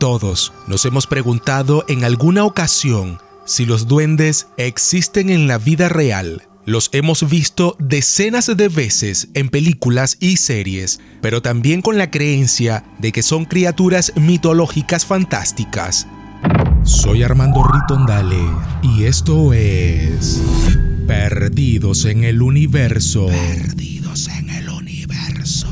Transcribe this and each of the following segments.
Todos nos hemos preguntado en alguna ocasión si los duendes existen en la vida real. Los hemos visto decenas de veces en películas y series, pero también con la creencia de que son criaturas mitológicas fantásticas. Soy Armando Ritondale y esto es Perdidos en el Universo. Perdidos en el Universo.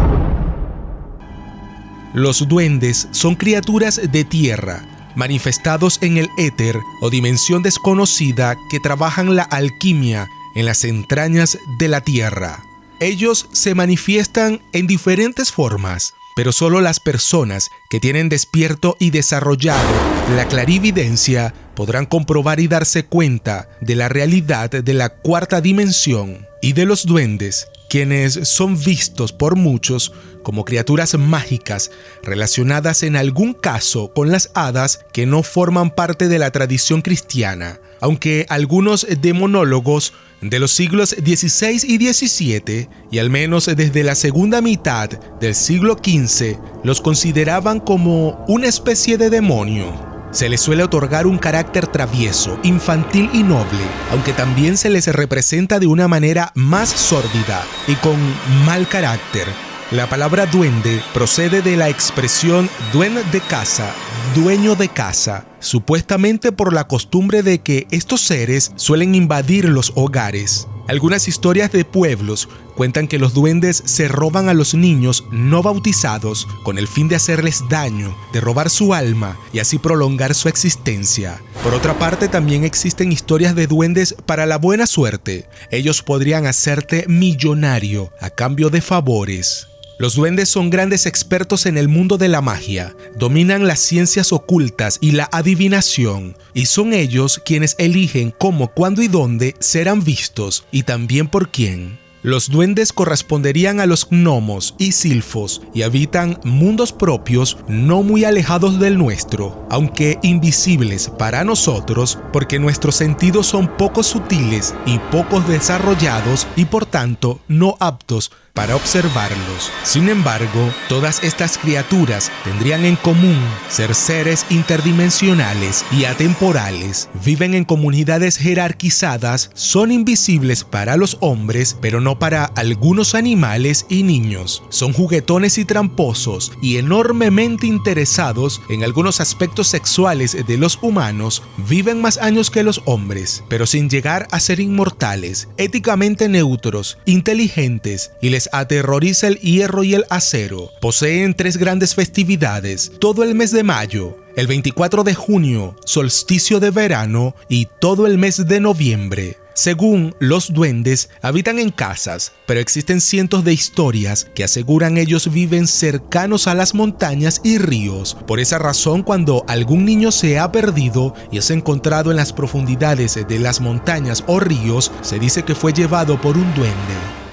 Los duendes son criaturas de tierra, manifestados en el éter o dimensión desconocida que trabajan la alquimia en las entrañas de la tierra. Ellos se manifiestan en diferentes formas, pero solo las personas que tienen despierto y desarrollado la clarividencia podrán comprobar y darse cuenta de la realidad de la cuarta dimensión y de los duendes, quienes son vistos por muchos como criaturas mágicas relacionadas en algún caso con las hadas que no forman parte de la tradición cristiana, aunque algunos demonólogos de los siglos XVI y XVII, y al menos desde la segunda mitad del siglo XV, los consideraban como una especie de demonio. Se les suele otorgar un carácter travieso, infantil y noble, aunque también se les representa de una manera más sórdida y con mal carácter. La palabra duende procede de la expresión dueño de casa, dueño de casa, supuestamente por la costumbre de que estos seres suelen invadir los hogares. Algunas historias de pueblos cuentan que los duendes se roban a los niños no bautizados con el fin de hacerles daño, de robar su alma y así prolongar su existencia. Por otra parte, también existen historias de duendes para la buena suerte. Ellos podrían hacerte millonario a cambio de favores. Los duendes son grandes expertos en el mundo de la magia, dominan las ciencias ocultas y la adivinación, y son ellos quienes eligen cómo, cuándo y dónde serán vistos, y también por quién. Los duendes corresponderían a los gnomos y silfos y habitan mundos propios no muy alejados del nuestro, aunque invisibles para nosotros porque nuestros sentidos son poco sutiles y poco desarrollados y por tanto no aptos para observarlos. Sin embargo, todas estas criaturas tendrían en común ser seres interdimensionales y atemporales. Viven en comunidades jerarquizadas, son invisibles para los hombres, pero no para algunos animales y niños. Son juguetones y tramposos y enormemente interesados en algunos aspectos sexuales de los humanos. Viven más años que los hombres, pero sin llegar a ser inmortales, éticamente neutros, inteligentes y les aterroriza el hierro y el acero. Poseen 3 grandes festividades todo el mes de mayo, el 24 de junio, solsticio de verano y todo el mes de noviembre. Según los duendes, habitan en casas, pero existen cientos de historias que aseguran ellos viven cercanos a las montañas y ríos. Por esa razón, cuando algún niño se ha perdido y es encontrado en las profundidades de las montañas o ríos, se dice que fue llevado por un duende.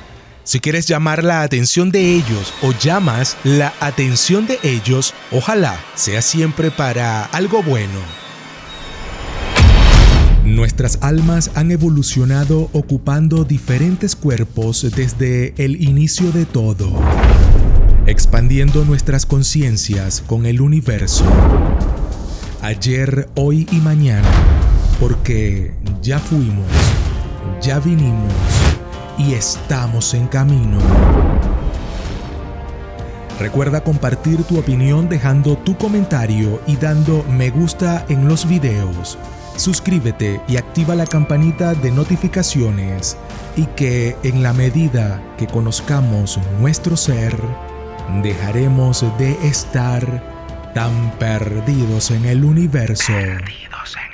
Si quieres llamar la atención de ellos o llamas la atención de ellos, ojalá sea siempre para algo bueno. Nuestras almas han evolucionado ocupando diferentes cuerpos desde el inicio de todo, expandiendo nuestras conciencias con el universo. Ayer, hoy y mañana, porque ya fuimos, ya vinimos y estamos en camino. Recuerda compartir tu opinión dejando tu comentario y dando me gusta en los videos. Suscríbete y activa la campanita de notificaciones y que en la medida que conozcamos nuestro ser, dejaremos de estar tan perdidos en el universo. Perdidos en